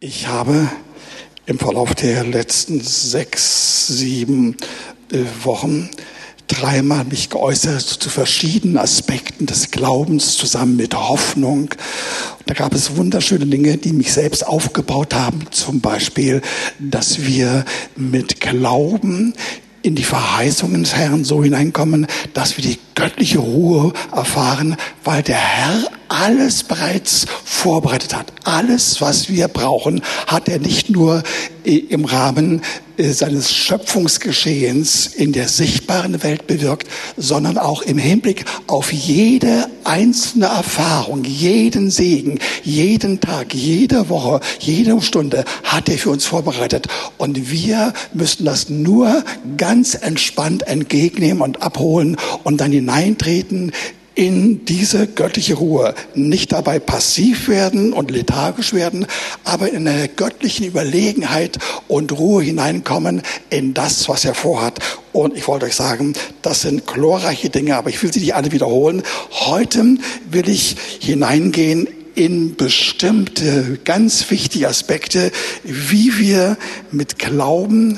Ich habe im Verlauf der letzten 6, 7 Wochen dreimal mich geäußert zu verschiedenen Aspekten des Glaubens zusammen mit Hoffnung. Da gab es wunderschöne Dinge, die mich selbst aufgebaut haben. Zum Beispiel, dass wir mit Glauben in die Verheißungen des Herrn so hineinkommen, dass wir die göttliche Ruhe erfahren, weil der Herr alles bereits vorbereitet hat. Alles, was wir brauchen, hat er nicht nur im Rahmen seines Schöpfungsgeschehens in der sichtbaren Welt bewirkt, sondern auch im Hinblick auf jede einzelne Erfahrung, jeden Segen, jeden Tag, jede Woche, jede Stunde hat er für uns vorbereitet. Und wir müssen das nur ganz entspannt entgegennehmen und abholen und dann hineintreten in diese göttliche Ruhe. Nicht dabei passiv werden und lethargisch werden, aber in eine göttliche Überlegenheit und Ruhe hineinkommen in das, was er vorhat. Und ich wollte euch sagen, das sind glorreiche Dinge, aber ich will sie nicht alle wiederholen. Heute will ich hineingehen in bestimmte, ganz wichtige Aspekte, wie wir mit Glauben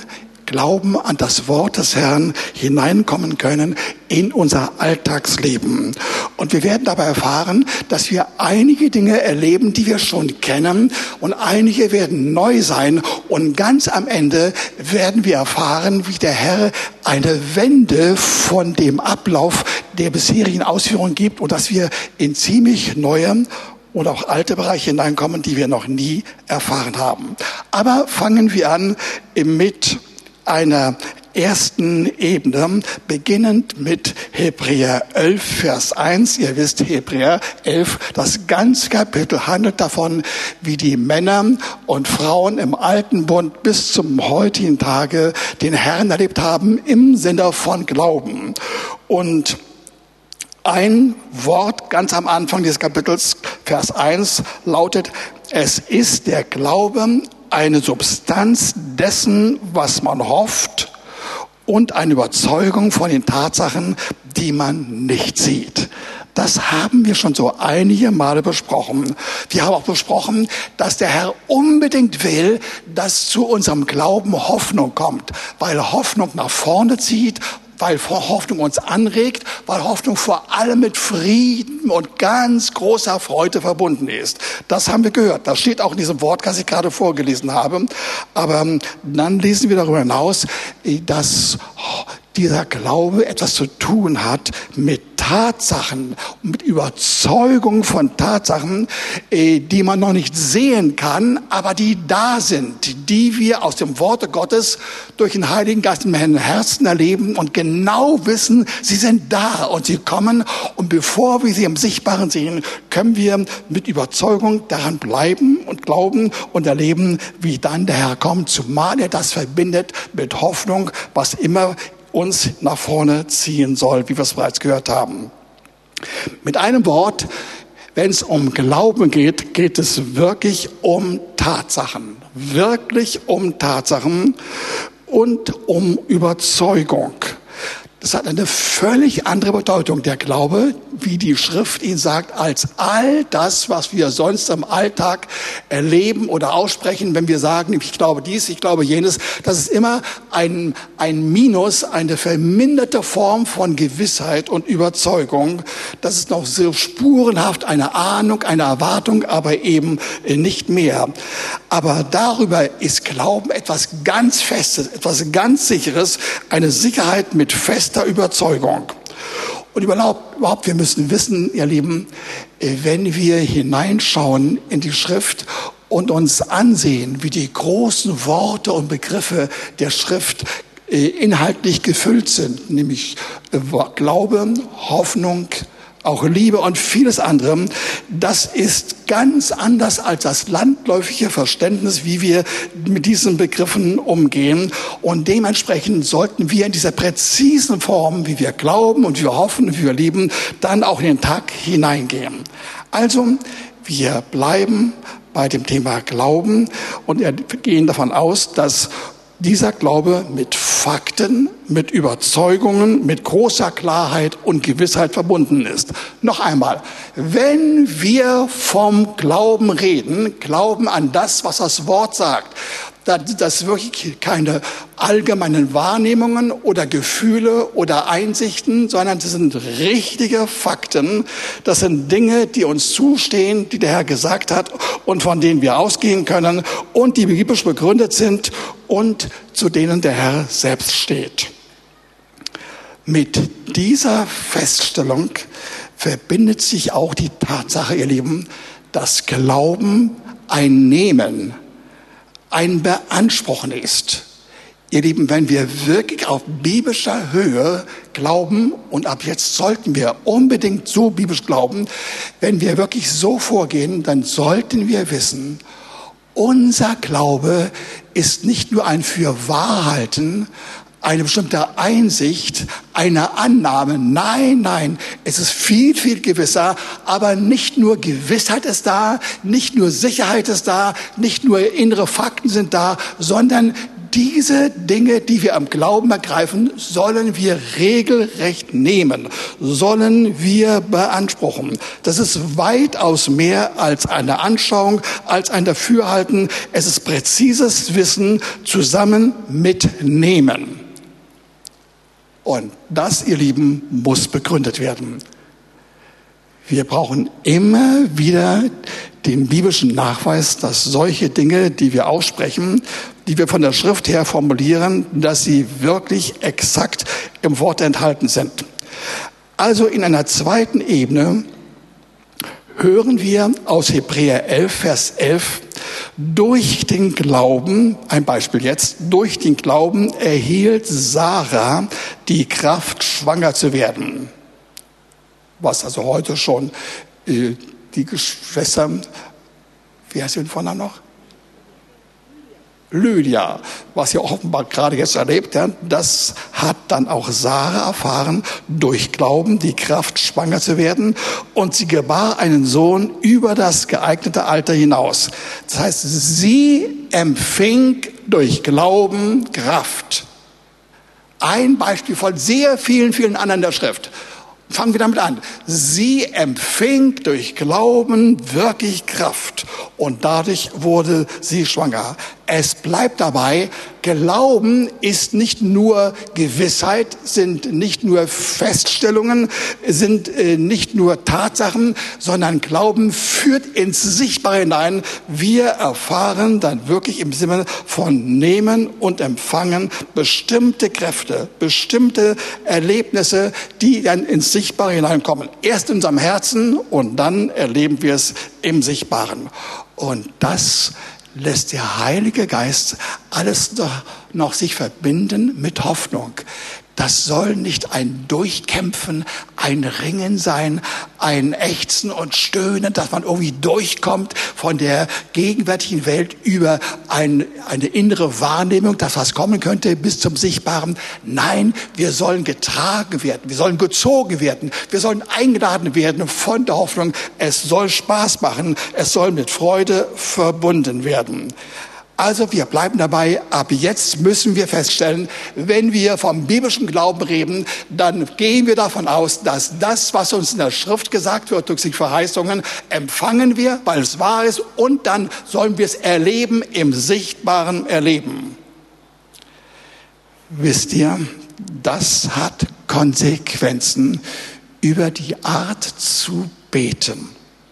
an das Wort des Herrn hineinkommen können in unser Alltagsleben. Und wir werden dabei erfahren, dass wir einige Dinge erleben, die wir schon kennen, und einige werden neu sein. Und ganz am Ende werden wir erfahren, wie der Herr eine Wende von dem Ablauf der bisherigen Ausführungen gibt und dass wir in ziemlich neue und auch alte Bereiche hineinkommen, die wir noch nie erfahren haben. Aber fangen wir an mit einer ersten Ebene, beginnend mit Hebräer 11, Vers 1. Ihr wisst, Hebräer 11, das ganze Kapitel handelt davon, wie die Männer und Frauen im Alten Bund bis zum heutigen Tage den Herrn erlebt haben im Sinne von Glauben. Und ein Wort ganz am Anfang dieses Kapitels, Vers 1, lautet: Es ist der Glaube eine Substanz dessen, was man hofft, und eine Überzeugung von den Tatsachen, die man nicht sieht. Das haben wir schon so einige Male besprochen. Wir haben auch besprochen, dass der Herr unbedingt will, dass zu unserem Glauben Hoffnung kommt, weil Hoffnung nach vorne zieht, weil Hoffnung uns anregt, weil Hoffnung vor allem mit Frieden und ganz großer Freude verbunden ist. Das haben wir gehört. Das steht auch in diesem Wort, das ich gerade vorgelesen habe. Aber dann lesen wir darüber hinaus, dass dieser Glaube etwas zu tun hat mit Tatsachen, mit Überzeugung von Tatsachen, die man noch nicht sehen kann, aber die da sind, die wir aus dem Worte Gottes durch den Heiligen Geist in meinem Herzen erleben und genau wissen, sie sind da und sie kommen. Und bevor wir sie im Sichtbaren sehen, können wir mit Überzeugung daran bleiben und glauben und erleben, wie dann der Herr kommt, zumal er das verbindet mit Hoffnung, was immer uns nach vorne ziehen soll, wie wir es bereits gehört haben. Mit einem Wort, wenn es um Glauben geht, geht es wirklich um Tatsachen. Wirklich um Tatsachen und um Überzeugung. Das hat eine völlig andere Bedeutung, der Glaube, wie die Schrift ihn sagt, als all das, was wir sonst im Alltag erleben oder aussprechen, wenn wir sagen, ich glaube dies, ich glaube jenes. Das ist immer ein Minus, eine verminderte Form von Gewissheit und Überzeugung. Das ist noch so spurenhaft eine Ahnung, eine Erwartung, aber eben nicht mehr. Aber darüber ist Glauben etwas ganz Festes, etwas ganz Sicheres, eine Sicherheit mit fester Überzeugung. Und überhaupt, wir müssen wissen, ihr Lieben, wenn wir hineinschauen in die Schrift und uns ansehen, wie die großen Worte und Begriffe der Schrift inhaltlich gefüllt sind, nämlich Glaube, Hoffnung, auch Liebe und vieles andere, das ist ganz anders als das landläufige Verständnis, wie wir mit diesen Begriffen umgehen. Und dementsprechend sollten wir in dieser präzisen Form, wie wir glauben und wie wir hoffen und wie wir lieben, dann auch in den Tag hineingehen. Also, wir bleiben bei dem Thema Glauben und gehen davon aus, dass dieser Glaube mit Fakten, mit Überzeugungen, mit großer Klarheit und Gewissheit verbunden ist. Noch einmal, wenn wir vom Glauben reden, Glauben an das, was das Wort sagt, das wirklich keine allgemeinen Wahrnehmungen oder Gefühle oder Einsichten, sondern das sind richtige Fakten. Das sind Dinge, die uns zustehen, die der Herr gesagt hat und von denen wir ausgehen können und die biblisch begründet sind und zu denen der Herr selbst steht. Mit dieser Feststellung verbindet sich auch die Tatsache, ihr Lieben, dass Glauben ein Nehmen, ein Beanspruchen ist. Ihr Lieben, wenn wir wirklich auf biblischer Höhe glauben, und ab jetzt sollten wir unbedingt so biblisch glauben, wenn wir wirklich so vorgehen, dann sollten wir wissen, unser Glaube ist nicht nur ein Fürwahrhalten, eine bestimmte Einsicht, eine Annahme. Nein, nein, es ist viel, viel gewisser. Aber nicht nur Gewissheit ist da, nicht nur Sicherheit ist da, nicht nur innere Fakten sind da, sondern diese Dinge, die wir am Glauben ergreifen, sollen wir regelrecht nehmen, sollen wir beanspruchen. Das ist weitaus mehr als eine Anschauung, als ein Dafürhalten. Es ist präzises Wissen zusammen mit Nehmen. Und das, ihr Lieben, muss begründet werden. Wir brauchen immer wieder den biblischen Nachweis, dass solche Dinge, die wir aussprechen, die wir von der Schrift her formulieren, dass sie wirklich exakt im Wort enthalten sind. Also in einer zweiten Ebene hören wir aus Hebräer 11, Vers 11, durch den Glauben, ein Beispiel jetzt, durch den Glauben erhielt Sarah die Kraft, schwanger zu werden. Was also heute schon die Schwester, wie heißt sie denn vorne noch? Lydia, was sie offenbar gerade jetzt erlebt hat, das hat dann auch Sarah erfahren, durch Glauben die Kraft, schwanger zu werden. Und sie gebar einen Sohn über das geeignete Alter hinaus. Das heißt, sie empfing durch Glauben Kraft. Ein Beispiel von sehr vielen, vielen anderen der Schrift. Fangen wir damit an. Sie empfing durch Glauben wirklich Kraft und dadurch wurde sie schwanger. Es bleibt dabei, Glauben ist nicht nur Gewissheit, sind nicht nur Feststellungen, sind nicht nur Tatsachen, sondern Glauben führt ins Sichtbare hinein. Wir erfahren dann wirklich im Sinne von Nehmen und Empfangen bestimmte Kräfte, bestimmte Erlebnisse, die dann ins Sichtbare hineinkommen. Erst in unserem Herzen und dann erleben wir es im Sichtbaren. Und das lässt der Heilige Geist alles noch sich verbinden mit Hoffnung. Das soll nicht ein Durchkämpfen, ein Ringen sein, ein Ächzen und Stöhnen, dass man irgendwie durchkommt von der gegenwärtigen Welt über eine innere Wahrnehmung, dass was kommen könnte, bis zum Sichtbaren. Nein, wir sollen getragen werden, wir sollen gezogen werden, wir sollen eingeladen werden von der Hoffnung. Es soll Spaß machen, es soll mit Freude verbunden werden. Also wir bleiben dabei, ab jetzt müssen wir feststellen, wenn wir vom biblischen Glauben reden, dann gehen wir davon aus, dass das, was uns in der Schrift gesagt wird, durch die Verheißungen, empfangen wir, weil es wahr ist, und dann sollen wir es erleben, im sichtbaren Erleben. Wisst ihr, das hat Konsequenzen über die Art zu beten.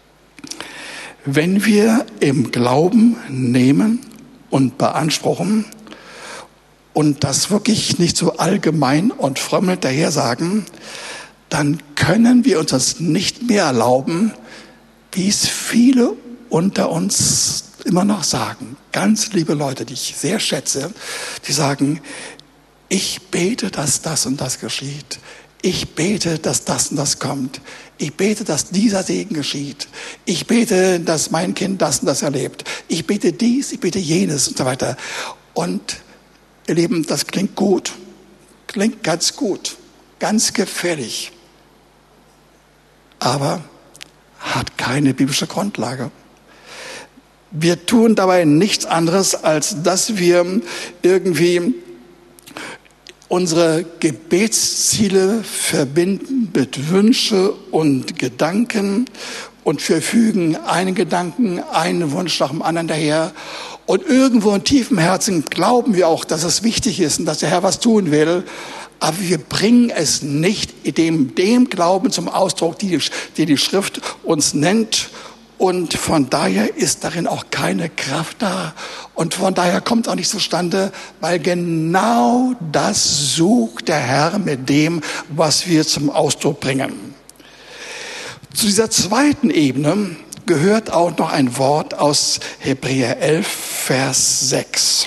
Wenn wir im Glauben nehmen und beanspruchen und das wirklich nicht so allgemein und frömmelt daher sagen, dann können wir uns das nicht mehr erlauben, wie es viele unter uns immer noch sagen. Ganz liebe Leute, die ich sehr schätze, die sagen, ich bete, dass das und das geschieht. Ich bete, dass das und das kommt. Ich bete, dass dieser Segen geschieht. Ich bete, dass mein Kind das und das erlebt. Ich bete dies, ich bete jenes und so weiter. Und ihr Lieben, das klingt gut. Klingt ganz gut. Ganz gefällig. Aber hat keine biblische Grundlage. Wir tun dabei nichts anderes, als dass wir irgendwie unsere Gebetsziele verbinden mit Wünsche und Gedanken und wir fügen einen Gedanken, einen Wunsch nach dem anderen daher. Und irgendwo in tiefem Herzen glauben wir auch, dass es wichtig ist und dass der Herr was tun will. Aber wir bringen es nicht in dem Glauben zum Ausdruck, die die Schrift uns nennt. Und von daher ist darin auch keine Kraft da. Und von daher kommt es auch nicht zustande, weil genau das sucht der Herr mit dem, was wir zum Ausdruck bringen. Zu dieser zweiten Ebene gehört auch noch ein Wort aus Hebräer 11, Vers 6.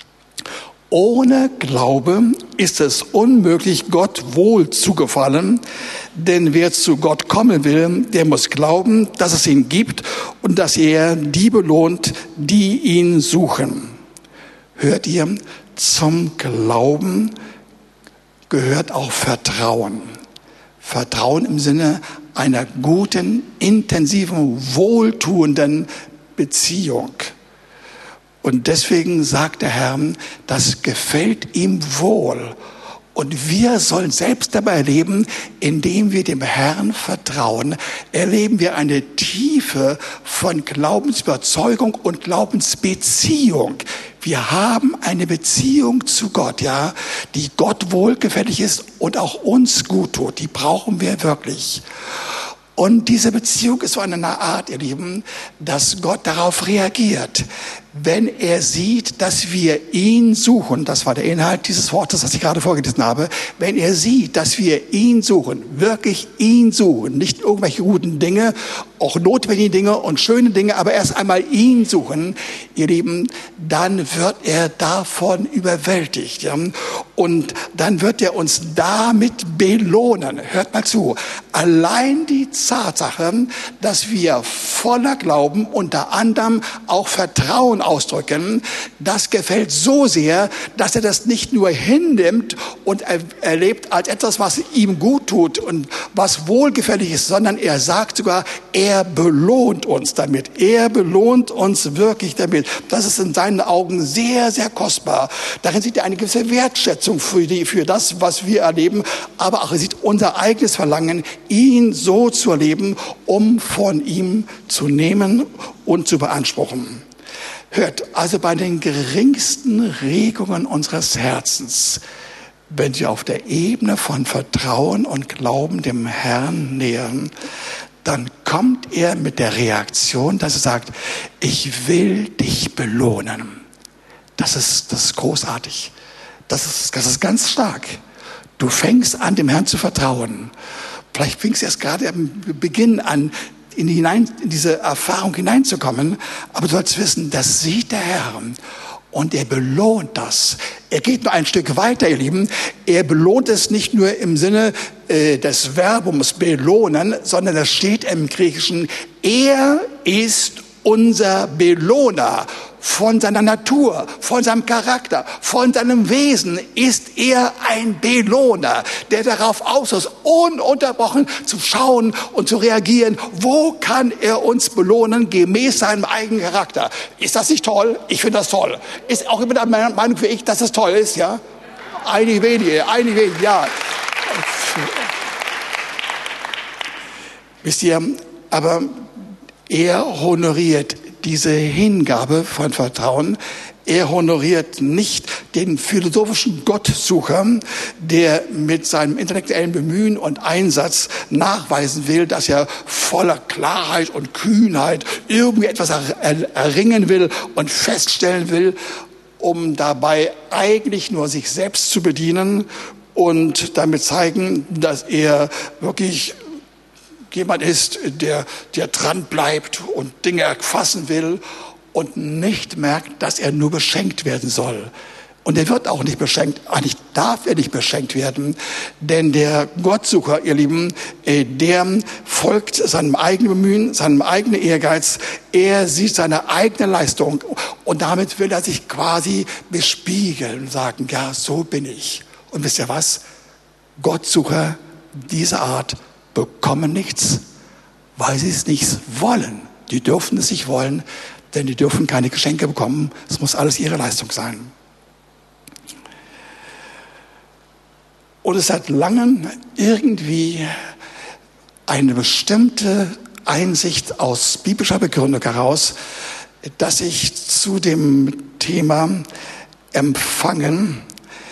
Ohne Glaube ist es unmöglich, Gott wohl zu gefallen, denn wer zu Gott kommen will, der muss glauben, dass es ihn gibt und dass er die belohnt, die ihn suchen. Hört ihr, zum Glauben gehört auch Vertrauen. Vertrauen im Sinne einer guten, intensiven, wohltuenden Beziehung. Und deswegen sagt der Herr, das gefällt ihm wohl. Und wir sollen selbst dabei erleben, indem wir dem Herrn vertrauen, erleben wir eine Tiefe von Glaubensüberzeugung und Glaubensbeziehung. Wir haben eine Beziehung zu Gott, ja, die Gott wohlgefällig ist und auch uns gut tut. Die brauchen wir wirklich. Und diese Beziehung ist so eine Art, ihr Lieben, dass Gott darauf reagiert. Wenn er sieht, dass wir ihn suchen, das war der Inhalt dieses Wortes, das ich gerade vorgelesen habe, wenn er sieht, dass wir ihn suchen, wirklich ihn suchen, nicht irgendwelche guten Dinge, auch notwendige Dinge und schöne Dinge, aber erst einmal ihn suchen, ihr Lieben, dann wird er davon überwältigt. Ja? Und dann wird er uns damit belohnen. Hört mal zu. Allein die Tatsache, dass wir voller Glauben unter anderem auch Vertrauen ausdrücken, das gefällt so sehr, dass er das nicht nur hinnimmt und erlebt als etwas, was ihm gut tut und was wohlgefällig ist, sondern er sagt sogar, er belohnt uns damit. Er belohnt uns wirklich damit. Das ist in seinen Augen sehr, sehr kostbar. Darin sieht er eine gewisse Wertschätzung für das, was wir erleben, aber auch er sieht unser eigenes Verlangen, ihn so zu erleben, um von ihm zu nehmen und zu beanspruchen. Hört, also bei den geringsten Regungen unseres Herzens, wenn wir auf der Ebene von Vertrauen und Glauben dem Herrn nähern, dann kommt er mit der Reaktion, dass er sagt, ich will dich belohnen. Das ist großartig. Das ist ganz stark. Du fängst an, dem Herrn zu vertrauen. Vielleicht fängst du erst gerade am Beginn an, in diese Erfahrung hineinzukommen. Aber du sollst wissen, das sieht der Herr. Und er belohnt das. Er geht nur ein Stück weiter, ihr Lieben. Er belohnt es nicht nur im Sinne des Verbums belohnen, sondern es steht im Griechischen, er ist unser Belohner. Von seiner Natur, von seinem Charakter, von seinem Wesen ist er ein Belohner, der darauf aus ist, ununterbrochen zu schauen und zu reagieren. Wo kann er uns belohnen, gemäß seinem eigenen Charakter? Ist das nicht toll? Ich finde das toll. Ist auch immer der Meinung wie ich, dass es toll ist, ja? Einige wenige, ja. Wisst ihr, aber er honoriert diese Hingabe von Vertrauen. Er honoriert nicht den philosophischen Gottsucher, der mit seinem intellektuellen Bemühen und Einsatz nachweisen will, dass er voller Klarheit und Kühnheit irgendwie etwas erringen will und feststellen will, um dabei eigentlich nur sich selbst zu bedienen und damit zeigen, dass er wirklich jemand ist, der dran bleibt und Dinge erfassen will und nicht merkt, dass er nur beschenkt werden soll. Und er wird auch nicht beschenkt, eigentlich darf er nicht beschenkt werden, denn der Gottsucher, ihr Lieben, der folgt seinem eigenen Bemühen, seinem eigenen Ehrgeiz, er sieht seine eigene Leistung und damit will er sich quasi bespiegeln und sagen, ja, so bin ich. Und wisst ihr was? Gottsucher dieser Art bekommen nichts, weil sie es nicht wollen. Die dürfen es nicht wollen. Denn die dürfen keine Geschenke bekommen. Es muss alles ihre Leistung sein. Und es hat langem irgendwie eine bestimmte Einsicht aus biblischer Begründung heraus, dass ich zu dem Thema Empfangen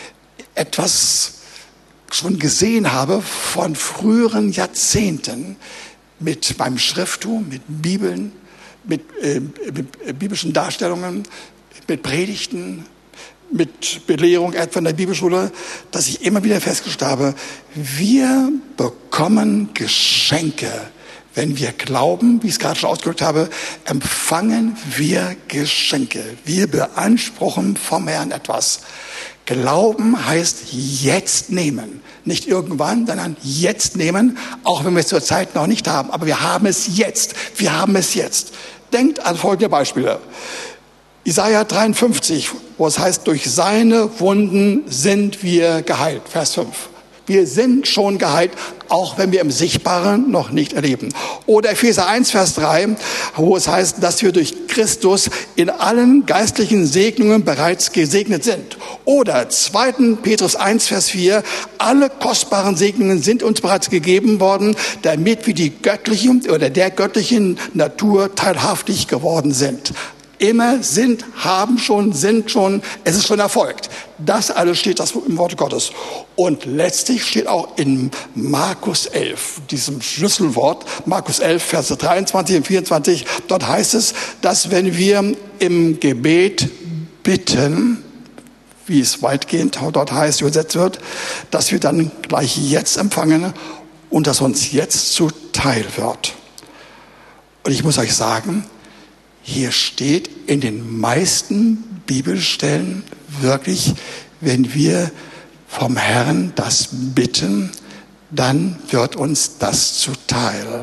etwas schon gesehen habe von früheren Jahrzehnten mit meinem Schrifttum, mit Bibeln, mit biblischen Darstellungen, mit Predigten, mit Belehrung etwa in der Bibelschule, dass ich immer wieder festgestellt habe, wir bekommen Geschenke. Wenn wir glauben, wie ich es gerade schon ausgedrückt habe, empfangen wir Geschenke. Wir beanspruchen vom Herrn etwas. Glauben heißt jetzt nehmen. Nicht irgendwann, sondern jetzt nehmen, auch wenn wir es zurzeit noch nicht haben. Aber wir haben es jetzt. Wir haben es jetzt. Denkt an folgende Beispiele. Jesaja 53, wo es heißt, durch seine Wunden sind wir geheilt. Vers 5. Wir sind schon geheilt, auch wenn wir im Sichtbaren noch nicht erleben. Oder Epheser 1, Vers 3, wo es heißt, dass wir durch Christus in allen geistlichen Segnungen bereits gesegnet sind. Oder 2. Petrus 1, Vers 4, alle kostbaren Segnungen sind uns bereits gegeben worden, damit wir die göttliche oder der göttlichen Natur teilhaftig geworden sind. Immer sind, haben schon, sind schon, es ist schon erfolgt. Das alles steht im Wort Gottes. Und letztlich steht auch in Markus 11, diesem Schlüsselwort, Markus 11, Verse 23 und 24, dort heißt es, dass wenn wir im Gebet bitten, wie es weitgehend dort heißt, übersetzt wird, dass wir dann gleich jetzt empfangen und dass uns jetzt zuteil wird. Und ich muss euch sagen, hier steht in den meisten Bibelstellen wirklich, wenn wir vom Herrn das bitten, dann wird uns das zuteil.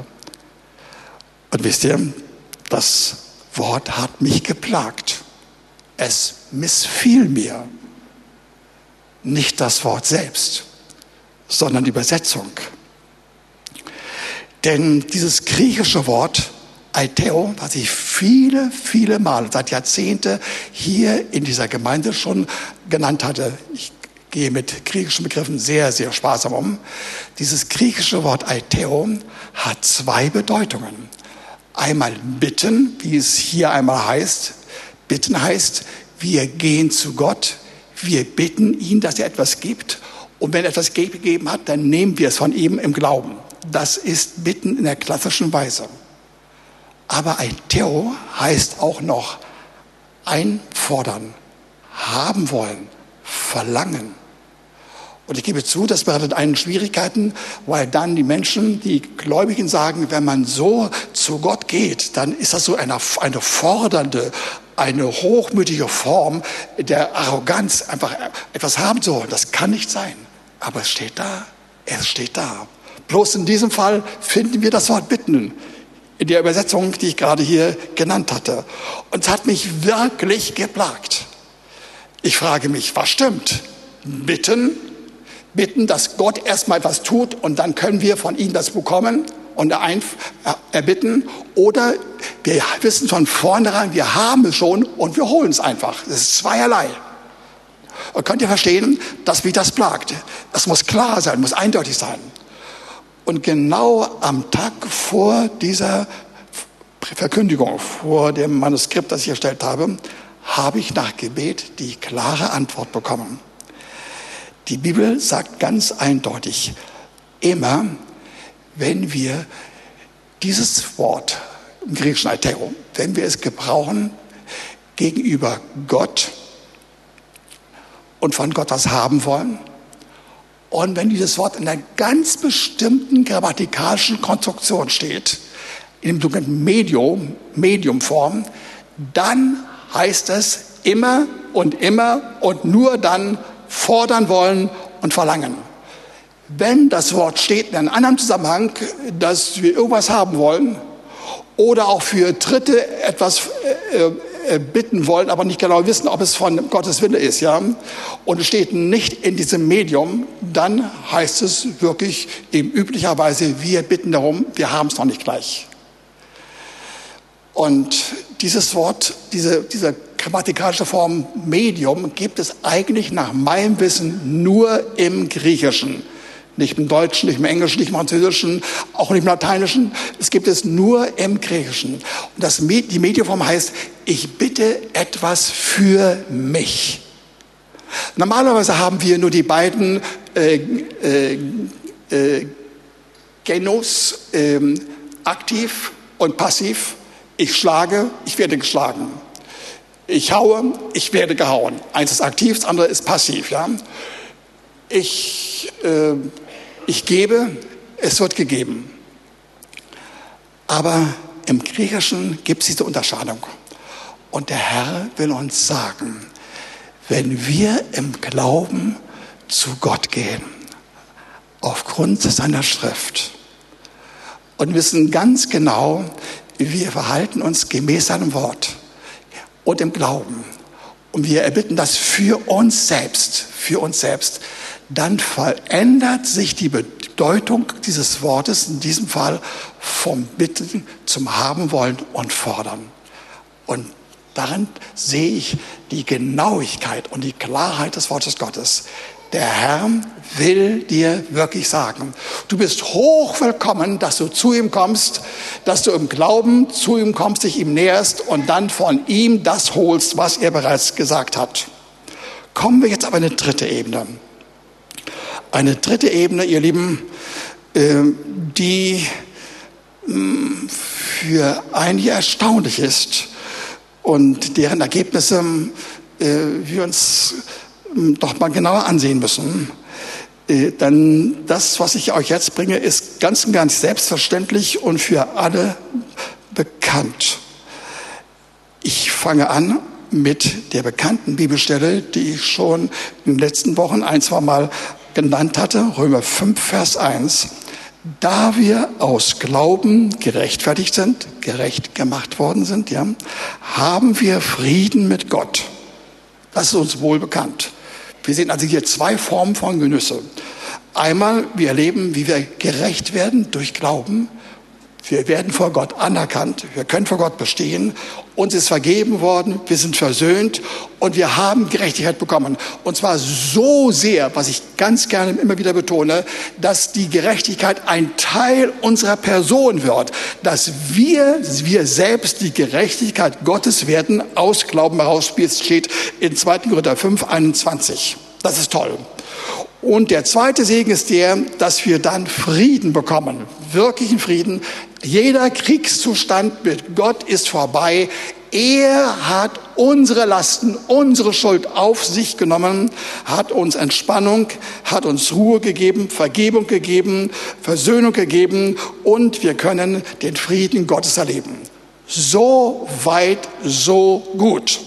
Und wisst ihr, das Wort hat mich geplagt. Es missfiel mir. Nicht das Wort selbst, sondern die Übersetzung. Denn dieses griechische Wort Aiteo, was ich viele, viele Mal seit Jahrzehnten hier in dieser Gemeinde schon genannt hatte. Ich gehe mit griechischen Begriffen sehr, sehr sparsam um. Dieses griechische Wort Aiteo hat zwei Bedeutungen. Einmal bitten, wie es hier einmal heißt. Bitten heißt, wir gehen zu Gott, wir bitten ihn, dass er etwas gibt. Und wenn er etwas gegeben hat, dann nehmen wir es von ihm im Glauben. Das ist Bitten in der klassischen Weise. Aber Aiteo heißt auch noch einfordern, haben wollen, verlangen. Und ich gebe zu, das bereitet einen Schwierigkeiten, weil dann die Menschen, die Gläubigen sagen, wenn man so zu Gott geht, dann ist das so eine fordernde, eine hochmütige Form der Arroganz, einfach etwas haben zu wollen. Das kann nicht sein. Aber es steht da. Es steht da. Bloß in diesem Fall finden wir das Wort bitten in der Übersetzung, die ich gerade hier genannt hatte. Und es hat mich wirklich geplagt. Ich frage mich, was stimmt? Bitten, dass Gott erstmal etwas tut und dann können wir von ihm das bekommen und erbitten. Oder wir wissen von vornherein, wir haben es schon und wir holen es einfach. Das ist zweierlei. Und könnt ihr verstehen, dass mich das plagt? Das muss klar sein, muss eindeutig sein. Und genau am Tag vor dieser Verkündigung, vor dem Manuskript, das ich erstellt habe, habe ich nach Gebet die klare Antwort bekommen. Die Bibel sagt ganz eindeutig, immer wenn wir dieses Wort im griechischen Aiteo, wenn wir es gebrauchen gegenüber Gott und von Gott was haben wollen, und wenn dieses Wort in einer ganz bestimmten grammatikalischen Konstruktion steht, in dem sogenannten Mediumform, dann heißt es immer und nur dann fordern wollen und verlangen. Wenn das Wort steht in einem anderen Zusammenhang, dass wir irgendwas haben wollen oder auch für Dritte etwas bitten wollen, aber nicht genau wissen, ob es von Gottes Wille ist, ja, und es steht nicht in diesem Medium, dann heißt es wirklich eben üblicherweise, wir bitten darum, wir haben es noch nicht gleich. Und dieses Wort, diese grammatikalische Form Medium gibt es eigentlich nach meinem Wissen nur im Griechischen. Nicht im Deutschen, nicht im Englischen, nicht im Französischen, auch nicht im Lateinischen. Es gibt es nur im Griechischen. Und die Mediumform heißt, ich bitte etwas für mich. Normalerweise haben wir nur die beiden Genos, aktiv und passiv. Ich schlage, ich werde geschlagen. Ich haue, ich werde gehauen. Eins ist aktiv, das andere ist passiv. Ja? Ich gebe, es wird gegeben. Aber im Griechischen gibt es diese Unterscheidung. Und der Herr will uns sagen, wenn wir im Glauben zu Gott gehen, aufgrund seiner Schrift, und wissen ganz genau, wir verhalten uns gemäß seinem Wort und im Glauben, und wir erbitten das für uns selbst, dann verändert sich die Bedeutung dieses Wortes, in diesem Fall vom Bitten zum Haben wollen und Fordern. Und darin sehe ich die Genauigkeit und die Klarheit des Wortes Gottes. Der Herr will dir wirklich sagen, du bist hochwillkommen, dass du zu ihm kommst, dass du im Glauben zu ihm kommst, dich ihm näherst und dann von ihm das holst, was er bereits gesagt hat. Kommen wir jetzt auf eine dritte Ebene. Eine dritte Ebene, ihr Lieben, die für einige erstaunlich ist und deren Ergebnisse wir uns doch mal genauer ansehen müssen. Denn das, was ich euch jetzt bringe, ist ganz und ganz selbstverständlich und für alle bekannt. Ich fange an mit der bekannten Bibelstelle, die ich schon in den letzten Wochen ein, zwei Mal genannt hatte, Römer 5, Vers 1. Da wir aus Glauben gerechtfertigt sind, gerecht gemacht worden sind, ja, haben wir Frieden mit Gott. Das ist uns wohl bekannt. Wir sehen also hier zwei Formen von Genüsse. Einmal, wir erleben, wie wir gerecht werden durch Glauben. Wir werden vor Gott anerkannt, wir können vor Gott bestehen, uns ist vergeben worden, wir sind versöhnt und wir haben Gerechtigkeit bekommen. Und zwar so sehr, was ich ganz gerne immer wieder betone, dass die Gerechtigkeit ein Teil unserer Person wird, dass wir selbst die Gerechtigkeit Gottes werden, aus Glauben heraus, wie es steht in 2. Korinther 5, 21. Das ist toll. Und der zweite Segen ist der, dass wir dann Frieden bekommen, wirklichen Frieden. Jeder Kriegszustand mit Gott ist vorbei. Er hat unsere Lasten, unsere Schuld auf sich genommen, hat uns Entspannung, hat uns Ruhe gegeben, Vergebung gegeben, Versöhnung gegeben und wir können den Frieden Gottes erleben. So weit, so gut.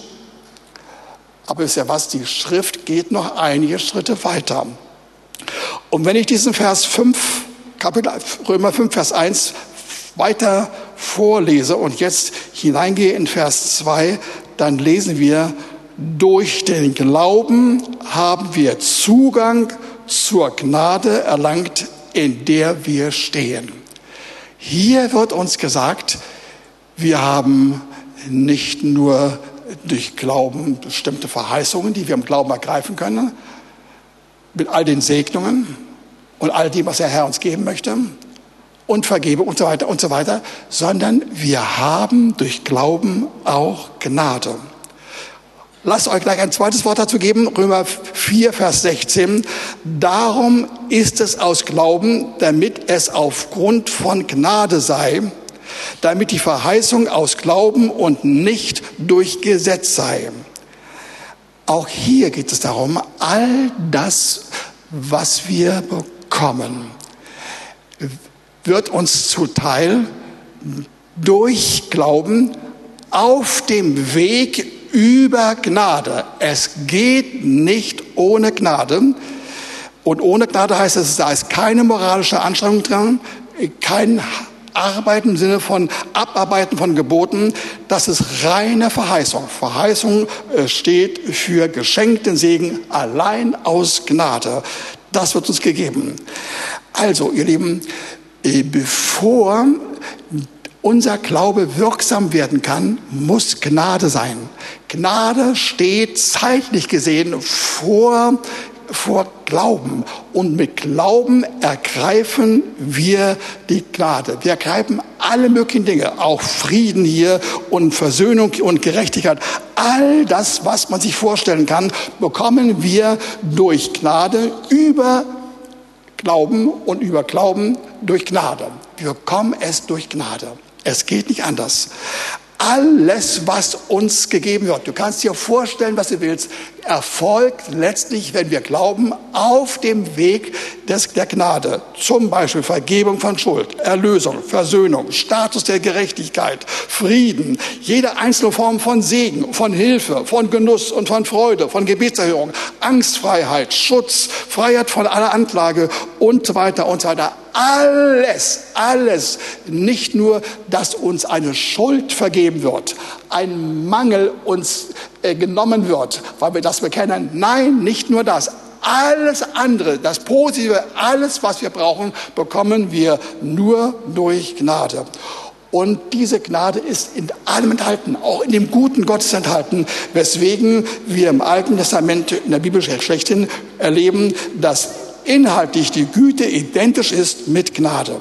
Aber wisst ihr was, die Schrift geht noch einige Schritte weiter. Und wenn ich diesen Vers 5, Römer 5, Vers 1 weiter vorlese und jetzt hineingehe in Vers 2, dann lesen wir, durch den Glauben haben wir Zugang zur Gnade erlangt, in der wir stehen. Hier wird uns gesagt, wir haben nicht nur durch Glauben bestimmte Verheißungen, die wir im Glauben ergreifen können, mit all den Segnungen und all dem, was der Herr uns geben möchte und Vergebung und so weiter, sondern wir haben durch Glauben auch Gnade. Lasst euch gleich ein zweites Wort dazu geben, Römer 4, Vers 16. Darum ist es aus Glauben, damit es aufgrund von Gnade sei, damit die Verheißung aus Glauben und nicht durch Gesetz sei. Auch hier geht es darum, all das, was wir bekommen, wird uns zuteil durch Glauben auf dem Weg über Gnade. Es geht nicht ohne Gnade. Und ohne Gnade heißt es, da ist keine moralische Anstrengung dran, kein Arbeiten im Sinne von Abarbeiten von Geboten, das ist reine Verheißung. Verheißung steht für geschenkten Segen allein aus Gnade. Das wird uns gegeben. Also, ihr Lieben, bevor unser Glaube wirksam werden kann, muss Gnade sein. Gnade steht zeitlich gesehen vor Glauben. Und mit Glauben ergreifen wir die Gnade. Wir ergreifen alle möglichen Dinge, auch Frieden hier und Versöhnung und Gerechtigkeit. All das, was man sich vorstellen kann, bekommen wir durch Gnade über Glauben und über Glauben durch Gnade. Wir bekommen es durch Gnade. Es geht nicht anders. Alles, was uns gegeben wird, du kannst dir vorstellen, was du willst, erfolgt letztlich, wenn wir glauben, auf dem Weg der Gnade. Zum Beispiel Vergebung von Schuld, Erlösung, Versöhnung, Status der Gerechtigkeit, Frieden, jede einzelne Form von Segen, von Hilfe, von Genuss und von Freude, von Gebetserhörung, Angstfreiheit, Schutz, Freiheit von aller Anklage und so weiter und so weiter. Alles, nicht nur, dass uns eine Schuld vergeben wird, ein Mangel uns genommen wird, weil wir das bekennen. Nein, nicht nur das. Alles andere, das Positive, alles, was wir brauchen, bekommen wir nur durch Gnade. Und diese Gnade ist in allem enthalten, auch in dem guten Gottes enthalten, weswegen wir im Alten Testament, in der Bibel schlechthin, erleben, dass inhaltlich die Güte identisch ist mit Gnade.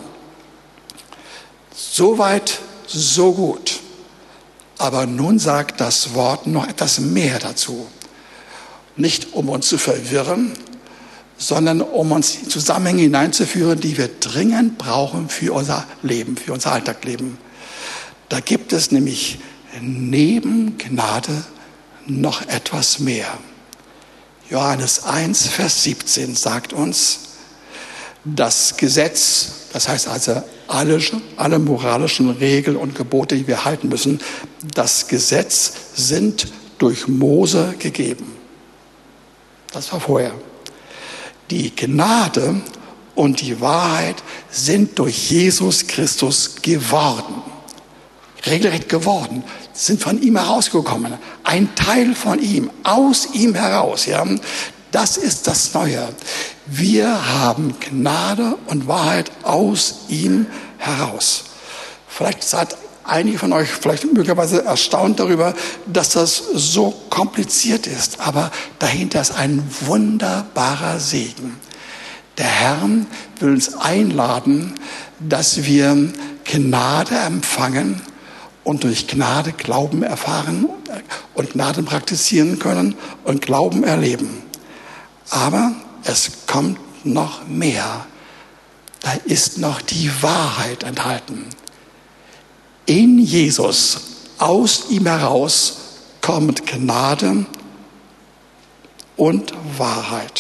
Soweit, so gut. Aber nun sagt das Wort noch etwas mehr dazu. Nicht um uns zu verwirren, sondern um uns in Zusammenhänge hineinzuführen, die wir dringend brauchen für unser Leben, für unser Alltagsleben. Da gibt es nämlich neben Gnade noch etwas mehr. Johannes 1, Vers 17 sagt uns, das Gesetz, das heißt also alle moralischen Regeln und Gebote, die wir halten müssen, das Gesetz sind durch Mose gegeben. Das war vorher. Die Gnade und die Wahrheit sind durch Jesus Christus geworden. Regelrecht geworden, sind von ihm herausgekommen. Ein Teil von ihm, aus ihm heraus. Ja? Das ist das Neue. Wir haben Gnade und Wahrheit aus ihm heraus. Vielleicht seid einige von euch vielleicht möglicherweise erstaunt darüber, dass das so kompliziert ist. Aber dahinter ist ein wunderbarer Segen. Der Herr will uns einladen, dass wir Gnade empfangen und durch Gnade Glauben erfahren und Gnade praktizieren können und Glauben erleben. Aber es kommt noch mehr. Da ist noch die Wahrheit enthalten. In Jesus, aus ihm heraus, kommt Gnade und Wahrheit.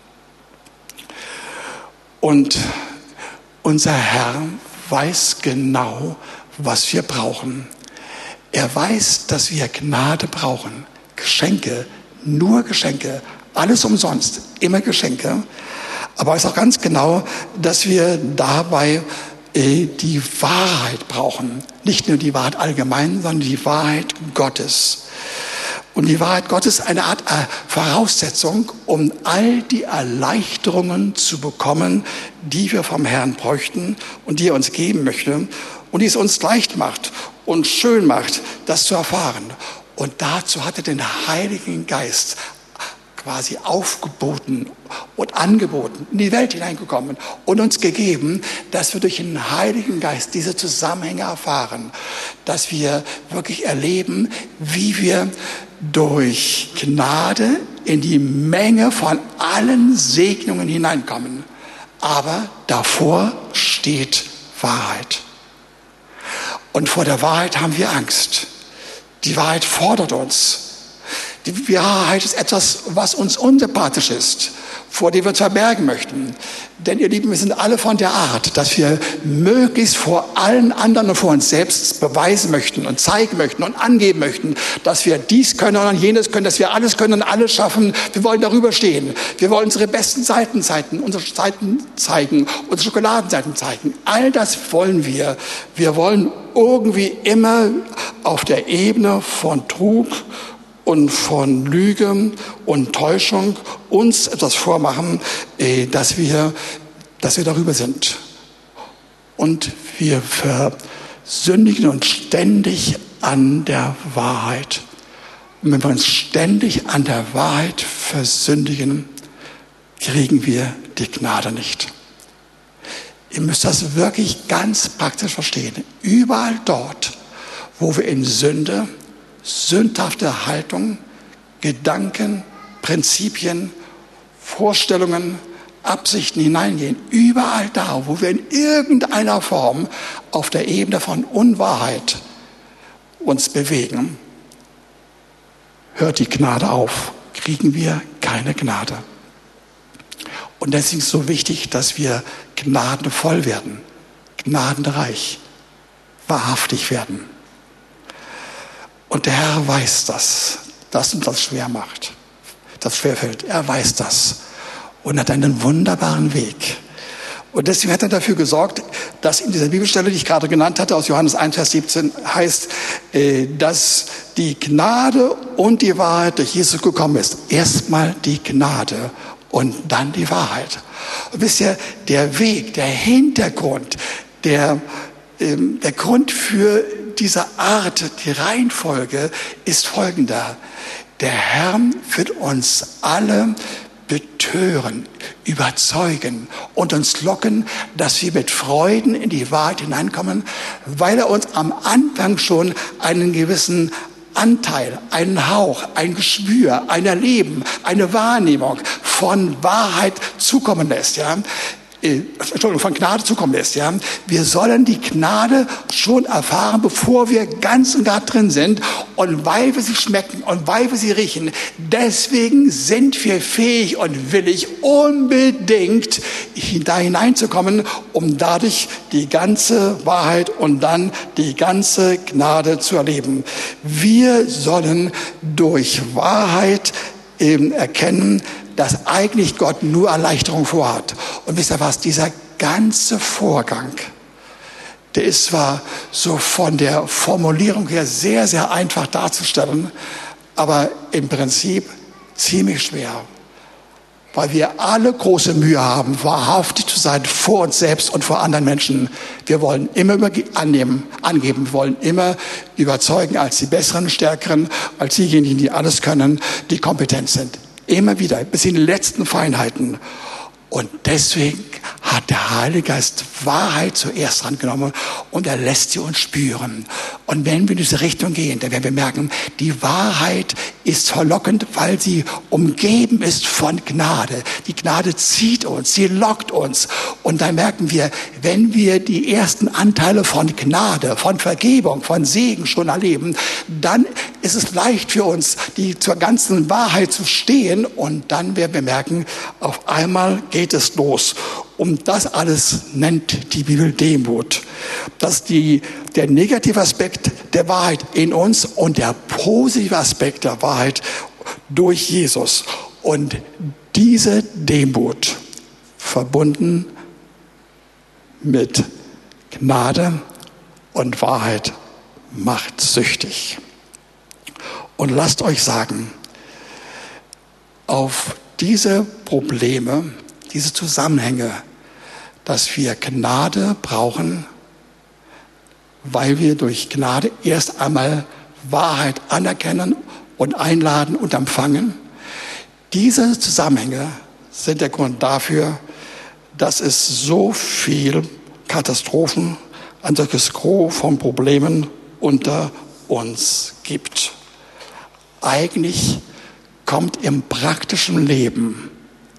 Und unser Herr weiß genau, was wir brauchen. Er weiß, dass wir Gnade brauchen. Geschenke, nur Geschenke, alles umsonst, immer Geschenke. Aber er weiß auch ganz genau, dass wir dabei die Wahrheit brauchen. Nicht nur die Wahrheit allgemein, sondern die Wahrheit Gottes. Und die Wahrheit Gottes ist eine Art Voraussetzung, um all die Erleichterungen zu bekommen, die wir vom Herrn bräuchten und die er uns geben möchte. Und die es uns leicht macht und schön macht, das zu erfahren. Und dazu hat er den Heiligen Geist quasi aufgeboten und angeboten, in die Welt hineingekommen und uns gegeben, dass wir durch den Heiligen Geist diese Zusammenhänge erfahren, dass wir wirklich erleben, wie wir durch Gnade in die Menge von allen Segnungen hineinkommen. Aber davor steht Wahrheit. Und vor der Wahrheit haben wir Angst. Die Wahrheit fordert uns. Die Wahrheit ist etwas, was uns unsympathisch ist, vor dem wir uns verbergen möchten. Denn ihr Lieben, wir sind alle von der Art, dass wir möglichst vor allen anderen und vor uns selbst beweisen möchten und zeigen möchten und angeben möchten, dass wir dies können und jenes können, dass wir alles können und alles schaffen. Wir wollen darüber stehen. Wir wollen unsere besten Seiten zeigen, unsere Schokoladenseiten zeigen. All das wollen wir. Wir wollen irgendwie immer auf der Ebene von Trug und von Lüge und Täuschung uns etwas vormachen, dass wir darüber sind. Und wir sündigen uns ständig an der Wahrheit. Und wenn wir uns ständig an der Wahrheit versündigen, kriegen wir die Gnade nicht. Ihr müsst das wirklich ganz praktisch verstehen. Überall dort, wo wir in Sünde, sündhafte Haltung, Gedanken, Prinzipien, Vorstellungen, Absichten hineingehen, überall da, wo wir in irgendeiner Form auf der Ebene von Unwahrheit uns bewegen, hört die Gnade auf, kriegen wir keine Gnade. Und deswegen ist es so wichtig, dass wir gnadenvoll werden, gnadenreich, wahrhaftig werden. Und der Herr weiß das, dass uns das schwer macht, das schwerfällt. Er weiß das und hat einen wunderbaren Weg. Und deswegen hat er dafür gesorgt, dass in dieser Bibelstelle, die ich gerade genannt hatte, aus Johannes 1, Vers 17, heißt, dass die Gnade und die Wahrheit durch Jesus gekommen ist. Erstmal die Gnade und dann die Wahrheit. Und wisst ihr, der Weg, der Hintergrund, der Grund für diese Art, die Reihenfolge ist folgender. Der Herr wird uns alle betören, überzeugen und uns locken, dass wir mit Freuden in die Wahrheit hineinkommen, weil er uns am Anfang schon einen gewissen Anteil, einen Hauch, ein Gespür, ein Erleben, eine Wahrnehmung von Wahrheit zukommen lässt, ja. Von Gnade zukommen lässt, ja. Wir sollen die Gnade schon erfahren, bevor wir ganz und gar drin sind. Und weil wir sie schmecken und weil wir sie riechen, deswegen sind wir fähig und willig, unbedingt da hineinzukommen, um dadurch die ganze Wahrheit und dann die ganze Gnade zu erleben. Wir sollen durch Wahrheit erkennen, dass eigentlich Gott nur Erleichterung vorhat. Und wisst ihr was, dieser ganze Vorgang, der ist zwar so von der Formulierung her sehr, sehr einfach darzustellen, aber im Prinzip ziemlich schwer. Weil wir alle große Mühe haben, wahrhaftig zu sein vor uns selbst und vor anderen Menschen. Wir wollen immer angeben, wir wollen immer überzeugen als die Besseren, Stärkeren, als diejenigen, die alles können, die kompetent sind. Immer wieder, bis in die letzten Feinheiten. Und deswegen hat der Heilige Geist Wahrheit zuerst angenommen und er lässt sie uns spüren. Und wenn wir in diese Richtung gehen, dann werden wir merken, die Wahrheit ist verlockend, weil sie umgeben ist von Gnade. Die Gnade zieht uns, sie lockt uns. Und dann merken wir, wenn wir die ersten Anteile von Gnade, von Vergebung, von Segen schon erleben, dann ist es leicht für uns, die zur ganzen Wahrheit zu stehen. Und dann werden wir merken, auf einmal geht es los. Und das alles nennt die Bibel Demut. Das ist der negative Aspekt der Wahrheit in uns und der positive Aspekt der Wahrheit durch Jesus. Und diese Demut, verbunden mit Gnade und Wahrheit, macht süchtig. Und lasst euch sagen, auf diese Probleme, diese Zusammenhänge, dass wir Gnade brauchen, weil wir durch Gnade erst einmal Wahrheit anerkennen und einladen und empfangen. Diese Zusammenhänge sind der Grund dafür, dass es so viel Katastrophen, ein solches Gros von Problemen unter uns gibt. Eigentlich kommt im praktischen Leben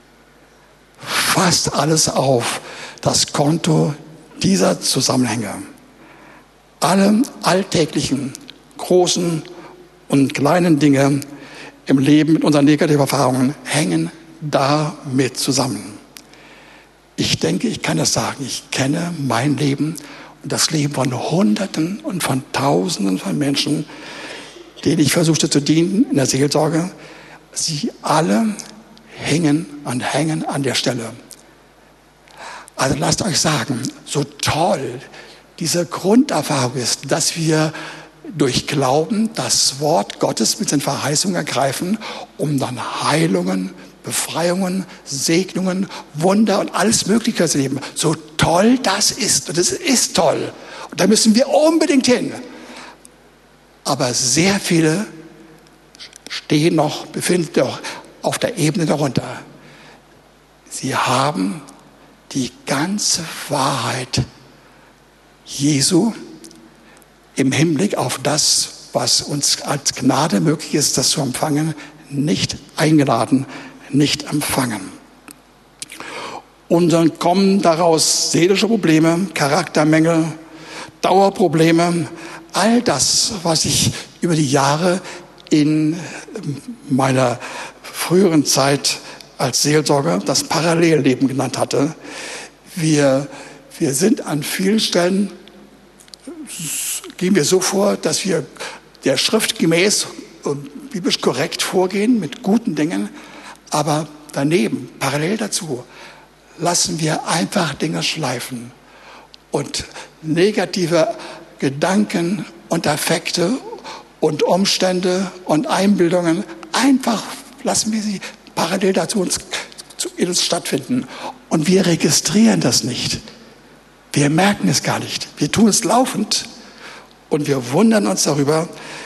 fast alles auf das Konto dieser Zusammenhänge. Alle alltäglichen, großen und kleinen Dinge im Leben mit unseren negativen Erfahrungen hängen damit zusammen. Ich denke, ich kann das sagen. Ich kenne mein Leben und das Leben von Hunderten und von Tausenden von Menschen, denen ich versuchte zu dienen in der Seelsorge. Sie alle hängen an der Stelle. Also lasst euch sagen, so toll diese Grunderfahrung ist, dass wir durch Glauben das Wort Gottes mit den Verheißungen ergreifen, um dann Heilungen, Befreiungen, Segnungen, Wunder und alles Mögliche zu erleben. So toll das ist, und es ist toll. Und da müssen wir unbedingt hin. Aber sehr viele befinden sich noch auf der Ebene darunter. Sie haben die ganze Wahrheit Jesu im Hinblick auf das, was uns als Gnade möglich ist, das zu empfangen, nicht eingeladen, nicht empfangen. Und dann kommen daraus seelische Probleme, Charaktermängel, Dauerprobleme, all das, was ich über die Jahre in meiner früheren Zeit als Seelsorger das Parallelleben genannt hatte. Wir sind an vielen Stellen, gehen wir so vor, dass wir der Schrift gemäß und biblisch korrekt vorgehen mit guten Dingen, aber daneben, parallel dazu, lassen wir einfach Dinge schleifen und negative Gedanken und Affekte und Umstände und Einbildungen, einfach lassen wir sie parallel dazu in uns stattfinden. Und wir registrieren das nicht. Wir merken es gar nicht. Wir tun es laufend und wir wundern uns darüber,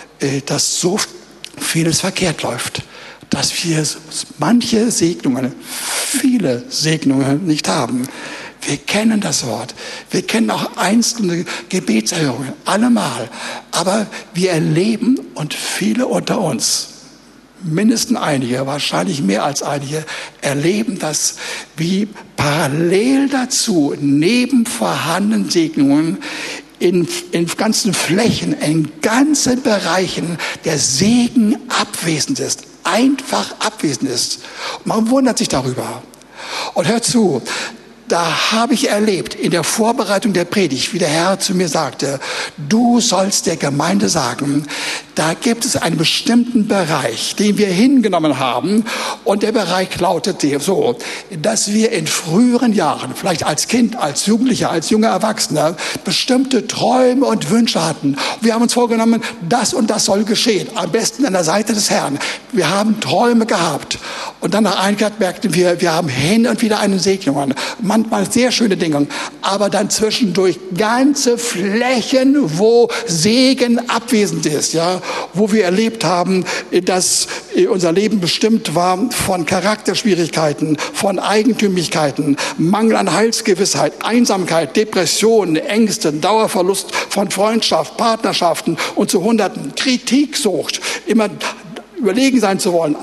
dass so vieles verkehrt läuft, dass wir manche Segnungen, viele Segnungen nicht haben. Wir kennen das Wort. Wir kennen auch einzelne Gebetserhörungen, allemal. Aber wir erleben, und viele unter uns, mindestens einige, wahrscheinlich mehr als einige, erleben das, wie parallel dazu, neben vorhandenen Segnungen, in ganzen Flächen, in ganzen Bereichen der Segen abwesend ist. Einfach abwesend ist. Und man wundert sich darüber. Und hört zu, da habe ich erlebt, in der Vorbereitung der Predigt, wie der Herr zu mir sagte, du sollst der Gemeinde sagen, da gibt es einen bestimmten Bereich, den wir hingenommen haben. Und der Bereich lautet so, dass wir in früheren Jahren, vielleicht als Kind, als Jugendlicher, als junger Erwachsener, bestimmte Träume und Wünsche hatten. Wir haben uns vorgenommen, das und das soll geschehen. Am besten an der Seite des Herrn. Wir haben Träume gehabt. Und dann nach Einigkeit merkten wir haben hin und wieder eine Segnung. Manchmal sehr schöne Dinge, aber dann zwischendurch ganze Flächen, wo Segen abwesend ist, ja, wo wir erlebt haben, dass unser Leben bestimmt war von Charakterschwierigkeiten, von Eigentümlichkeiten, Mangel an Heilsgewissheit, Einsamkeit, Depressionen, Ängste, Dauerverlust von Freundschaft, Partnerschaften und zu Hunderten, Kritiksucht, immer überlegen sein zu wollen,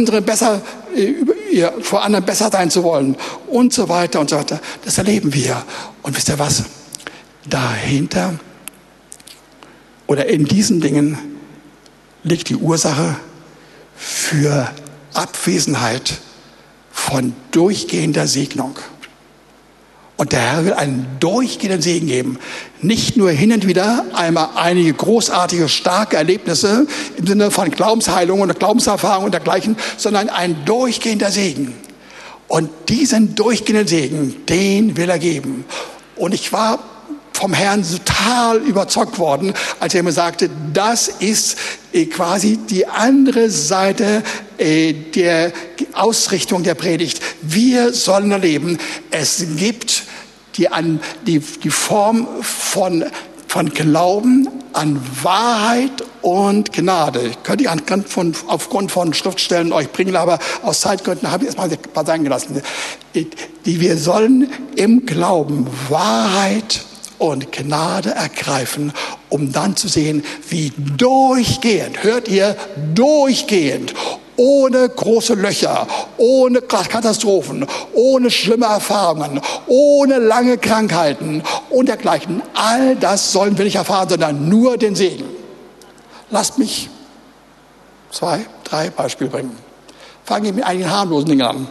vor anderen besser sein zu wollen und so weiter und so weiter. Das erleben wir. Und wisst ihr was? Dahinter oder in diesen Dingen liegt die Ursache für Abwesenheit von durchgehender Segnung. Und der Herr will einen durchgehenden Segen geben. Nicht nur hin und wieder einmal einige großartige, starke Erlebnisse im Sinne von Glaubensheilung und Glaubenserfahrung und dergleichen, sondern ein durchgehender Segen. Und diesen durchgehenden Segen, den will er geben. Und ich war vom Herrn total überzeugt worden, als er mir sagte, das ist quasi die andere Seite der Ausrichtung der Predigt. Wir sollen erleben, es gibt die Form von Glauben an Wahrheit und Gnade. Ich könnte ich aufgrund von Schriftstellen euch bringen, aber aus Zeitgründen habe ich es mal sein gelassen. Wir sollen im Glauben Wahrheit und Gnade ergreifen, um dann zu sehen, wie durchgehend, hört ihr, durchgehend, ohne große Löcher, ohne Katastrophen, ohne schlimme Erfahrungen, ohne lange Krankheiten und dergleichen. All das sollen wir nicht erfahren, sondern nur den Segen. Lasst mich 2, 3 Beispiele bringen. Fangen wir mit einigen harmlosen Dingen an.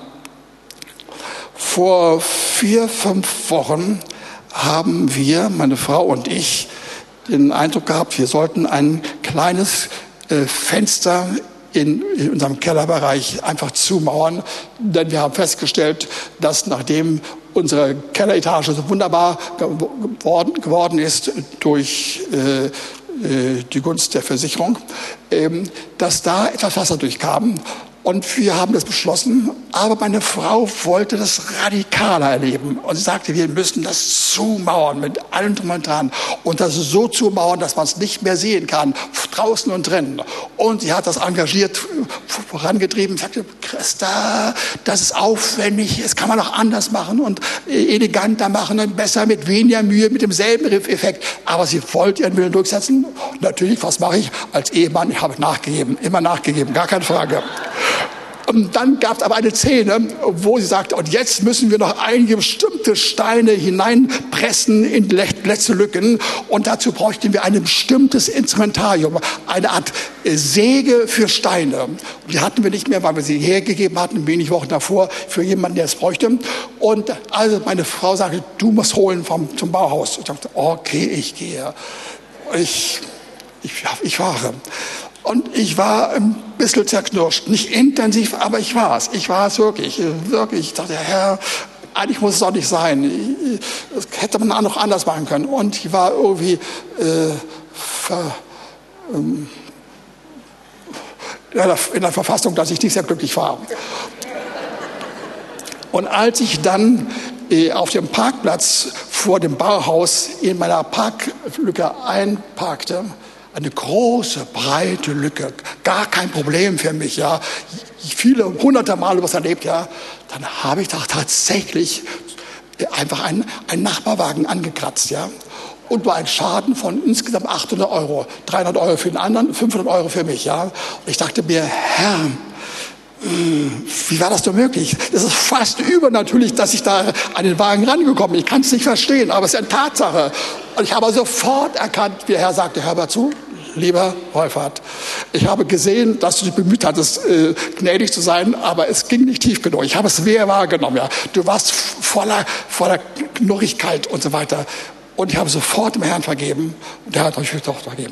Vor 4, 5 Wochen haben wir, meine Frau und ich, den Eindruck gehabt, wir sollten ein kleines Fenster in unserem Kellerbereich einfach zumauern, denn wir haben festgestellt, dass nachdem unsere Kelleretage so wunderbar geworden ist durch die Gunst der Versicherung, dass da etwas Wasser durchkam Und wir haben das beschlossen, aber meine Frau wollte das radikaler erleben. Und sie sagte, wir müssen das zumauern mit allem drum und dran. Und das so zumauern, dass man es nicht mehr sehen kann, draußen und drinnen. Und sie hat das engagiert vorangetrieben. Sie sagte, Christa, das ist aufwendig, das kann man auch anders machen und eleganter machen und besser, mit weniger Mühe, mit demselben Effekt. Aber sie wollte ihren Willen durchsetzen. Und natürlich, was mache ich als Ehemann? Ich habe nachgegeben, immer nachgegeben, gar keine Frage. Und dann gab es aber eine Szene, wo sie sagte, und jetzt müssen wir noch einige bestimmte Steine hineinpressen in die letzte Lücken. Und dazu bräuchten wir ein bestimmtes Instrumentarium, eine Art Säge für Steine. Und die hatten wir nicht mehr, weil wir sie hergegeben hatten, wenig Wochen davor, für jemanden, der es bräuchte. Und also meine Frau sagte, du musst holen zum Bauhaus. Ich dachte, okay, ich gehe. Ich fahre. Und ich war ein bisschen zerknirscht. Nicht intensiv, aber ich war es. Ich war es wirklich. Ich dachte, Herr, eigentlich muss es doch nicht sein. Das hätte man auch noch anders machen können. Und ich war irgendwie in der Verfassung, dass ich nicht sehr glücklich war. Und als ich dann auf dem Parkplatz vor dem Bauhaus in meiner Parklücke einparkte, eine große, breite Lücke, gar kein Problem für mich, ja. Viele hunderte Male was erlebt, ja. Dann habe ich da tatsächlich einfach einen Nachbarwagen angekratzt, ja. Und war ein Schaden von insgesamt 800 Euro. 300 Euro für den anderen, 500 Euro für mich, ja. Und ich dachte mir, Herr, wie war das nur möglich? Das ist fast übernatürlich, dass ich da an den Wagen rangekommen bin. Ich kann es nicht verstehen, aber es ist eine Tatsache. Und ich habe sofort erkannt, wie der Herr sagte, hör mal zu, lieber Wolfhard, ich habe gesehen, dass du dich bemüht hattest, gnädig zu sein, aber es ging nicht tief genug. Ich habe es sehr wahrgenommen. Ja. Du warst voller Knurrigkeit und so weiter. Und ich habe sofort dem Herrn vergeben. Und der hat euch doch vergeben.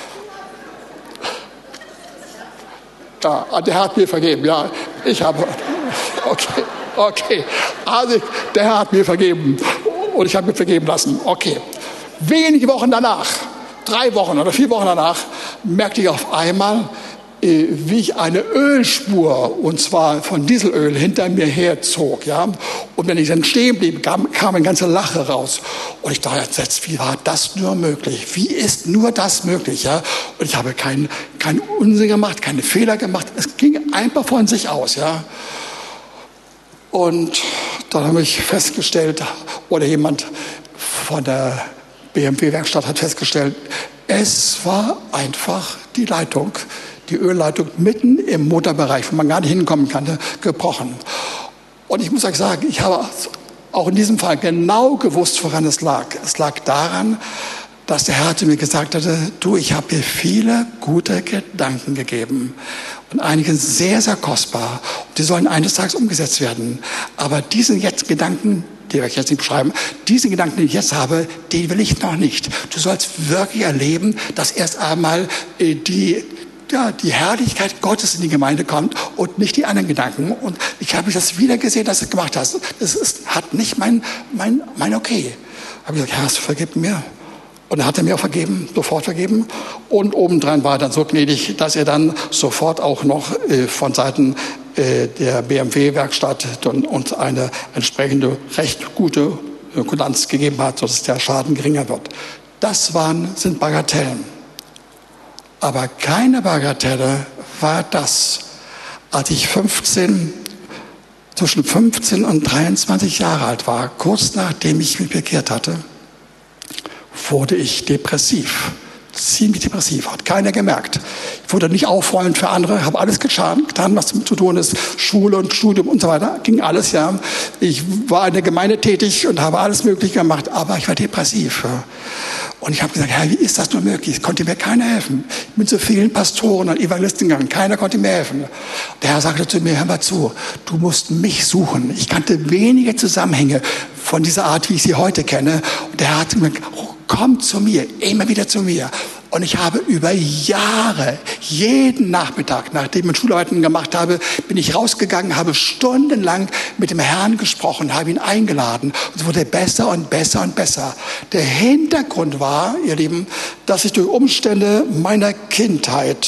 Ja, der hat mir vergeben, ja. Ich habe, okay. Also, der Herr hat mir vergeben. Und ich habe mir vergeben lassen. Okay. Wenige Wochen danach, 3 Wochen oder 4 Wochen danach, merkte ich auf einmal, wie ich eine Ölspur, und zwar von Dieselöl, hinter mir herzog. Ja? Und wenn ich dann stehen blieb, kam eine ganze Lache raus. Und ich dachte, wie war das nur möglich? Wie ist nur das möglich? Ja? Und ich habe keinen Unsinn gemacht, keine Fehler gemacht. Es ging einfach von sich aus. Ja? Und dann habe ich festgestellt, oder jemand von der BMW-Werkstatt hat festgestellt, es war einfach die Leitung, die Ölleitung mitten im Motorbereich, wo man gar nicht hinkommen kann, gebrochen. Und ich muss euch sagen, ich habe auch in diesem Fall genau gewusst, woran es lag. Es lag daran, dass der Herr zu mir gesagt hatte, du, ich habe dir viele gute Gedanken gegeben. Und einige sind sehr, sehr kostbar. Und die sollen eines Tages umgesetzt werden. Aber diese Gedanken, die werde ich jetzt nicht beschreiben, diese Gedanken, die ich jetzt habe, die will ich noch nicht. Du sollst wirklich erleben, dass erst einmal die Herrlichkeit Gottes in die Gemeinde kommt und nicht die anderen Gedanken. Und ich habe das wieder gesehen, dass du es gemacht hast. Hat nicht mein Okay. Ich habe gesagt, Herr, vergib mir. Und dann hat er mir auch vergeben, sofort vergeben. Und obendrein war er dann so gnädig, dass er dann sofort auch noch von Seiten der BMW-Werkstatt uns eine entsprechende, recht gute Kulanz gegeben hat, sodass der Schaden geringer wird. Das sind Bagatellen. Aber keine Bagatelle war das, als ich zwischen 15 und 23 Jahre alt war, kurz nachdem ich mich bekehrt hatte, wurde ich depressiv. Ziemlich depressiv, hat keiner gemerkt. Ich wurde nicht aufrollend für andere, habe alles getan, was zu tun ist, Schule und Studium und so weiter, ging alles, ja. Ich war in der Gemeinde tätig und habe alles Mögliche gemacht, aber ich war depressiv. Ja. Und ich habe gesagt, Herr, wie ist das nur möglich? Es konnte mir keiner helfen. Ich bin zu vielen Pastoren und Evangelisten gegangen, keiner konnte mir helfen. Der Herr sagte zu mir, hör mal zu, du musst mich suchen. Ich kannte wenige Zusammenhänge von dieser Art, wie ich sie heute kenne. Und der Herr hat gesagt, komm zu mir, immer wieder zu mir. Und ich habe über Jahre, jeden Nachmittag, nachdem ich Schularbeiten gemacht habe, bin ich rausgegangen, habe stundenlang mit dem Herrn gesprochen, habe ihn eingeladen. Und es wurde besser und besser und besser. Der Hintergrund war, ihr Lieben, dass ich durch Umstände meiner Kindheit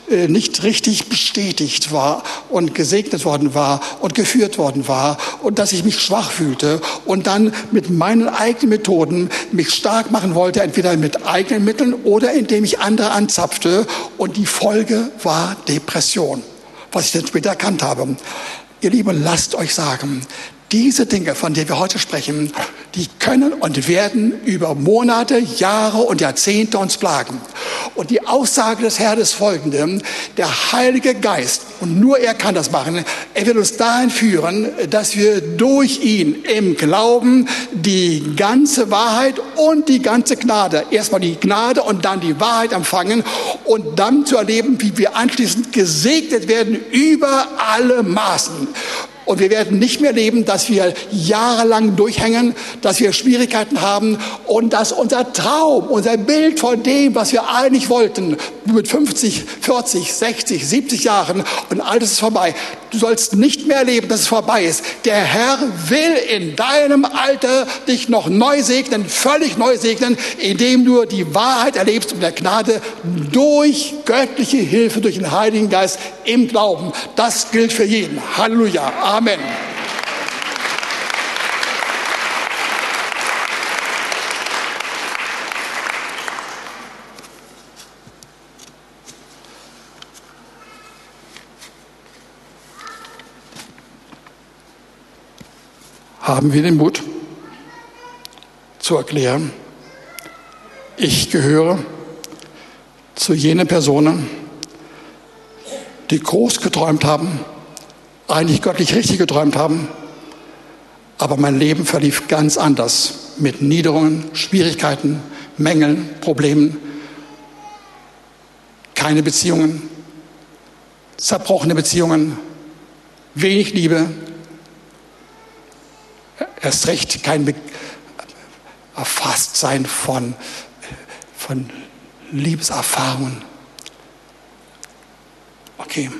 nicht richtig bestätigt war und gesegnet worden war und geführt worden war und dass ich mich schwach fühlte und dann mit meinen eigenen Methoden mich stark machen wollte, entweder mit eigenen Mitteln oder indem ich andere anzapfte, und die Folge war Depression, was ich dann später erkannt habe. Ihr Lieben, lasst euch sagen, diese Dinge, von denen wir heute sprechen, die können und werden über Monate, Jahre und Jahrzehnte uns plagen. Und die Aussage des Herrn ist folgende: Der Heilige Geist, und nur er kann das machen, er wird uns dahin führen, dass wir durch ihn im Glauben die ganze Wahrheit und die ganze Gnade, erstmal die Gnade und dann die Wahrheit empfangen und dann zu erleben, wie wir anschließend gesegnet werden über alle Maßen. Und wir werden nicht mehr leben, dass wir jahrelang durchhängen, dass wir Schwierigkeiten haben und dass unser Traum, unser Bild von dem, was wir eigentlich wollten, mit 50, 40, 60, 70 Jahren und alles ist vorbei. Du sollst nicht mehr erleben, dass es vorbei ist. Der Herr will in deinem Alter dich noch neu segnen, völlig neu segnen, indem du die Wahrheit erlebst und der Gnade durch göttliche Hilfe, durch den Heiligen Geist im Glauben. Das gilt für jeden. Halleluja. Amen. Haben wir den Mut zu erklären, ich gehöre zu jenen Personen, die groß geträumt haben, eigentlich göttlich richtig geträumt haben, aber mein Leben verlief ganz anders, mit Niederungen, Schwierigkeiten, Mängeln, Problemen, keine Beziehungen, zerbrochene Beziehungen, wenig Liebe, erst recht kein Erfasstsein von Liebeserfahrungen. Okay.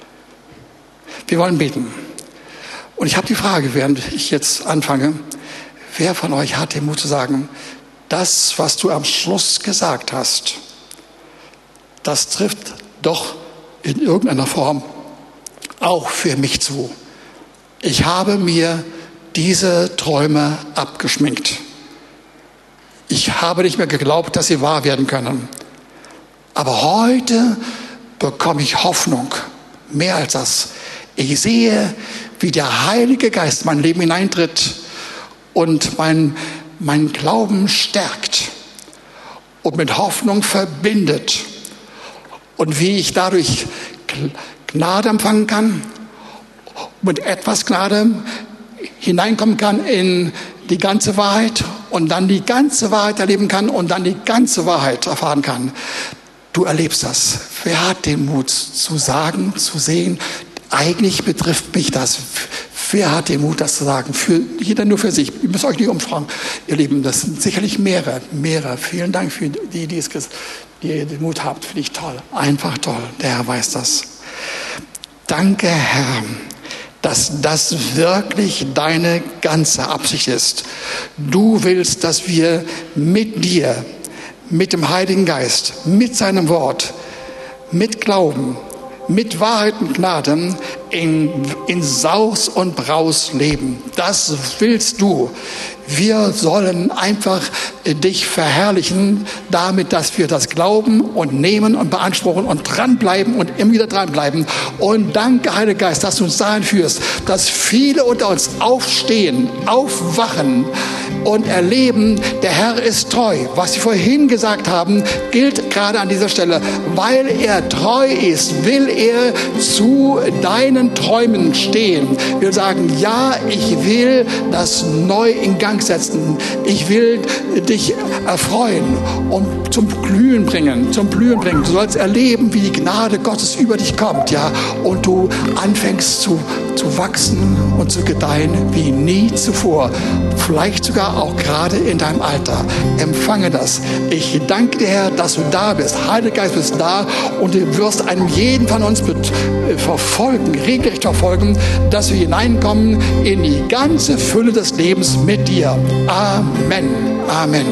Wir wollen beten. Und ich habe die Frage, während ich jetzt anfange, wer von euch hat den Mut zu sagen, das, was du am Schluss gesagt hast, das trifft doch in irgendeiner Form auch für mich zu. Ich habe mir diese Träume abgeschminkt. Ich habe nicht mehr geglaubt, dass sie wahr werden können. Aber heute bekomme ich Hoffnung. Mehr als das. Ich sehe, wie der Heilige Geist in mein Leben hineintritt und mein Glauben stärkt und mit Hoffnung verbindet. Und wie ich dadurch Gnade empfangen kann, mit etwas Gnade hineinkommen kann in die ganze Wahrheit und dann die ganze Wahrheit erleben kann und dann die ganze Wahrheit erfahren kann. Du erlebst das. Wer hat den Mut zu sagen, zu sehen, eigentlich betrifft mich das? Wer hat den Mut, das zu sagen? Jeder nur für sich. Ihr müsst euch nicht umfragen. Ihr Lieben, das sind sicherlich mehrere. Vielen Dank für die den Mut habt. Finde ich toll. Einfach toll. Der Herr weiß das. Danke, Herr, dass das wirklich deine ganze Absicht ist. Du willst, dass wir mit dir, mit dem Heiligen Geist, mit seinem Wort, mit Glauben, mit Wahrheit und Gnade in Saus und Braus leben. Das willst du. Wir sollen einfach dich verherrlichen, damit, dass wir das glauben und nehmen und beanspruchen und dranbleiben und immer wieder dranbleiben. Und danke, Heiliger Geist, dass du uns dahin führst, dass viele unter uns aufstehen, aufwachen und erleben, der Herr ist treu. Was Sie vorhin gesagt haben, gilt gerade an dieser Stelle. Weil er treu ist, will er zu deinen Träumen stehen. Wir sagen, ja, ich will das neu in Gang setzen. Ich will dich erfreuen und zum Blühen bringen. Du sollst erleben, wie die Gnade Gottes über dich kommt, ja, und du anfängst zu wachsen und zu gedeihen wie nie zuvor. Vielleicht sogar auch gerade in deinem Alter. Empfange das. Ich danke dir, Herr, dass du da bist. Heiliger Geist, bist da und du wirst einem jeden von uns verfolgen, regelrecht verfolgen, dass wir hineinkommen in die ganze Fülle des Lebens mit dir. Amen. Amen.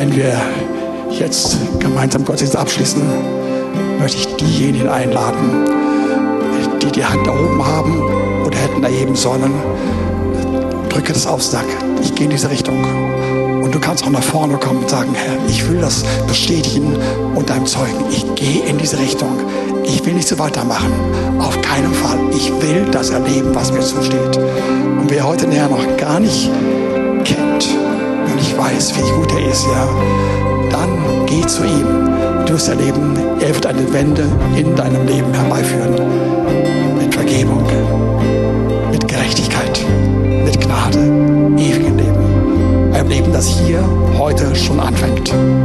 wenn wir jetzt gemeinsam Gottesdienst abschließen, möchte ich diejenigen einladen, die die Hand erhoben haben oder hätten erheben sollen. Drücke das auf, sag, ich gehe in diese Richtung. Und du kannst auch nach vorne kommen und sagen, Herr, ich will das bestätigen und deinem Zeugen, ich gehe in diese Richtung. Ich will nicht so weitermachen. Auf keinen Fall. Ich will das erleben, was mir zusteht. Und wer heute näher noch gar nicht kennt und ich weiß, wie gut er ist, ja, dann geh zu ihm. Du wirst erleben, er wird eine Wende in deinem Leben herbeiführen. Mit Vergebung, mit Gerechtigkeit, mit Gnade, ewigen Leben. Ein Leben, das hier heute schon anfängt.